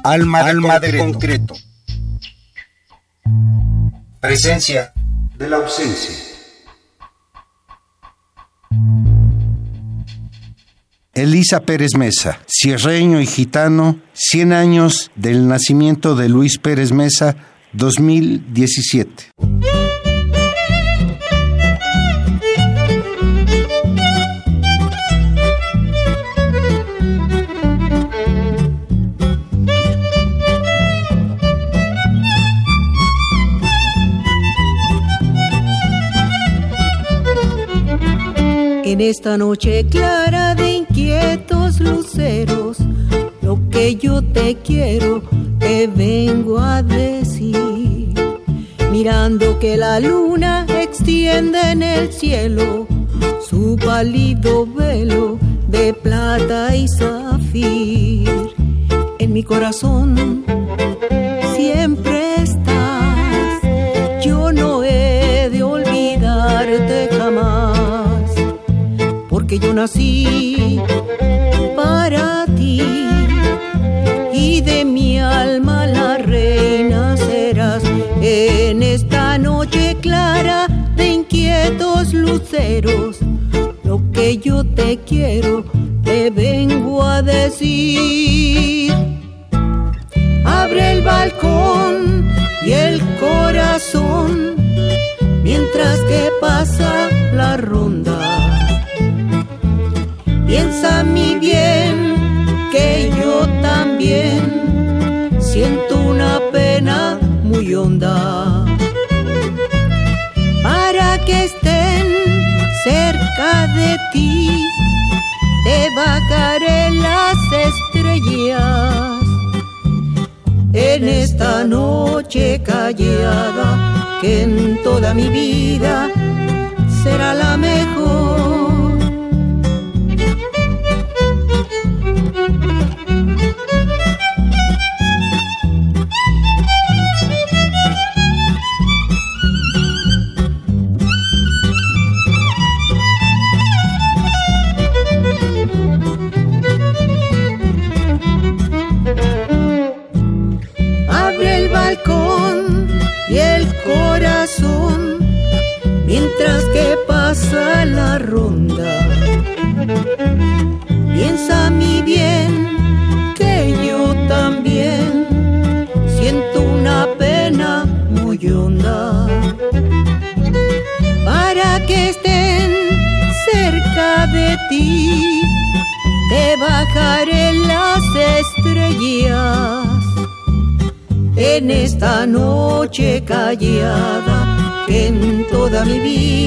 Alma de concreto. Presencia de la ausencia. Elisa Pérez Mesa, sierreño y gitano, 100 años del nacimiento de Luis Pérez Mesa, 2017. En esta noche clara de inquietos luceros, lo que yo te quiero te vengo a decir. Mirando que la luna extiende en el cielo su pálido velo de plata y zafir. En mi corazón siempre estás, yo no he de olvidarte jamás. Porque yo nací para ti y de mi alma la reina serás. En esta noche clara de inquietos luceros, lo que yo te quiero te vengo a decir. Abre el balcón y el corazón mientras que pasa la ronda. Piensa mi bien, que yo también siento una pena muy honda. Para que estén cerca de ti, te bajaré las estrellas. En esta noche callada, que en toda mi vida será la mejor. Y el corazón mientras que pasa la ronda. Piensa mi bien, que yo también siento una pena muy honda. Para que estén cerca de ti, te bajaré las estrellas. En esta noche callada, que en toda mi vida